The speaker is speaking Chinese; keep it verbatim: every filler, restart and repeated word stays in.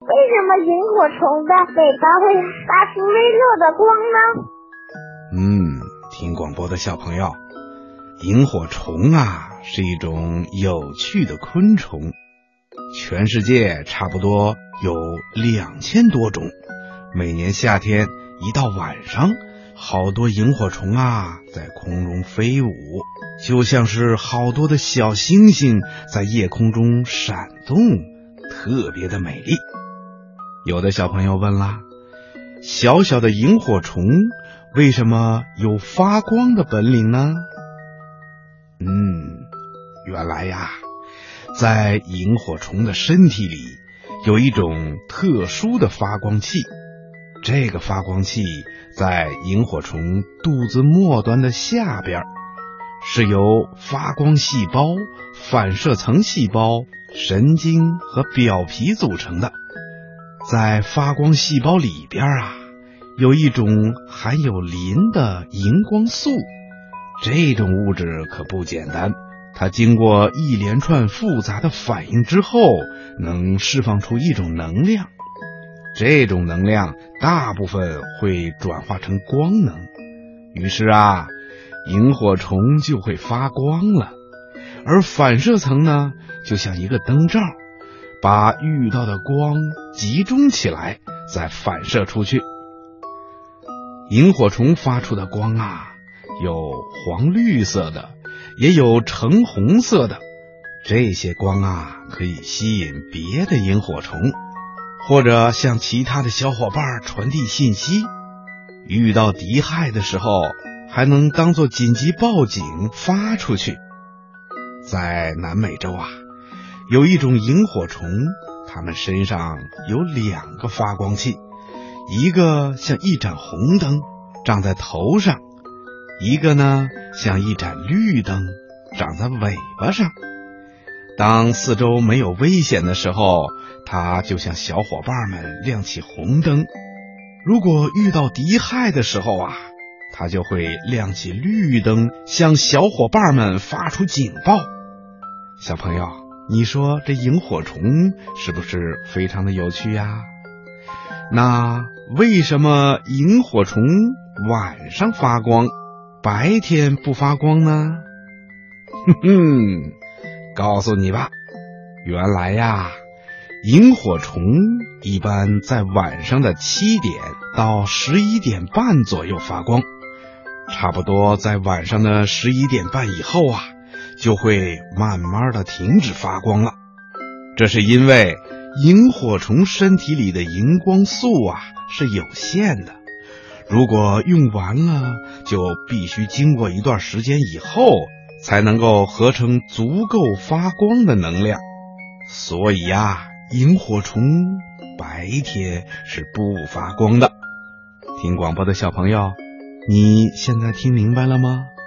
为什么萤火虫的尾巴会发出微弱的光呢？ 嗯，听广播的小朋友，萤火虫啊是一种有趣的昆虫，全世界差不多有两千多种。每年夏天一到晚上，好多萤火虫啊在空中飞舞，就像是好多的小星星在夜空中闪动，特别的美丽。有的小朋友问啦，小小的萤火虫为什么有发光的本领呢？嗯，原来呀，在萤火虫的身体里有一种特殊的发光器，这个发光器在萤火虫肚子末端的下边，是由发光细胞、反射层细胞、神经和表皮组成的。在发光细胞里边啊，有一种含有磷的荧光素，这种物质可不简单，它经过一连串复杂的反应之后，能释放出一种能量。这种能量大部分会转化成光能，于是啊，萤火虫就会发光了。而反射层呢，就像一个灯罩，把遇到的光集中起来，再反射出去。萤火虫发出的光啊，有黄绿色的，也有橙红色的。这些光啊，可以吸引别的萤火虫，或者向其他的小伙伴传递信息。遇到敌害的时候，还能当作紧急报警发出去。在南美洲啊，有一种萤火虫，它们身上有两个发光器，一个像一盏红灯长在头上，一个呢像一盏绿灯长在尾巴上。当四周没有危险的时候，它就向小伙伴们亮起红灯；如果遇到敌害的时候啊，它就会亮起绿灯，向小伙伴们发出警报。小朋友，你说这萤火虫是不是非常的有趣呀？那为什么萤火虫晚上发光，白天不发光呢？哼哼，告诉你吧，原来呀，萤火虫一般在晚上的七点到十一点半左右发光，差不多在晚上的十一点半以后啊，就会慢慢的停止发光了。这是因为萤火虫身体里的荧光素啊是有限的，如果用完了，就必须经过一段时间以后才能够合成足够发光的能量。所以呀，萤火虫白天是不发光的。听广播的小朋友，你现在听明白了吗？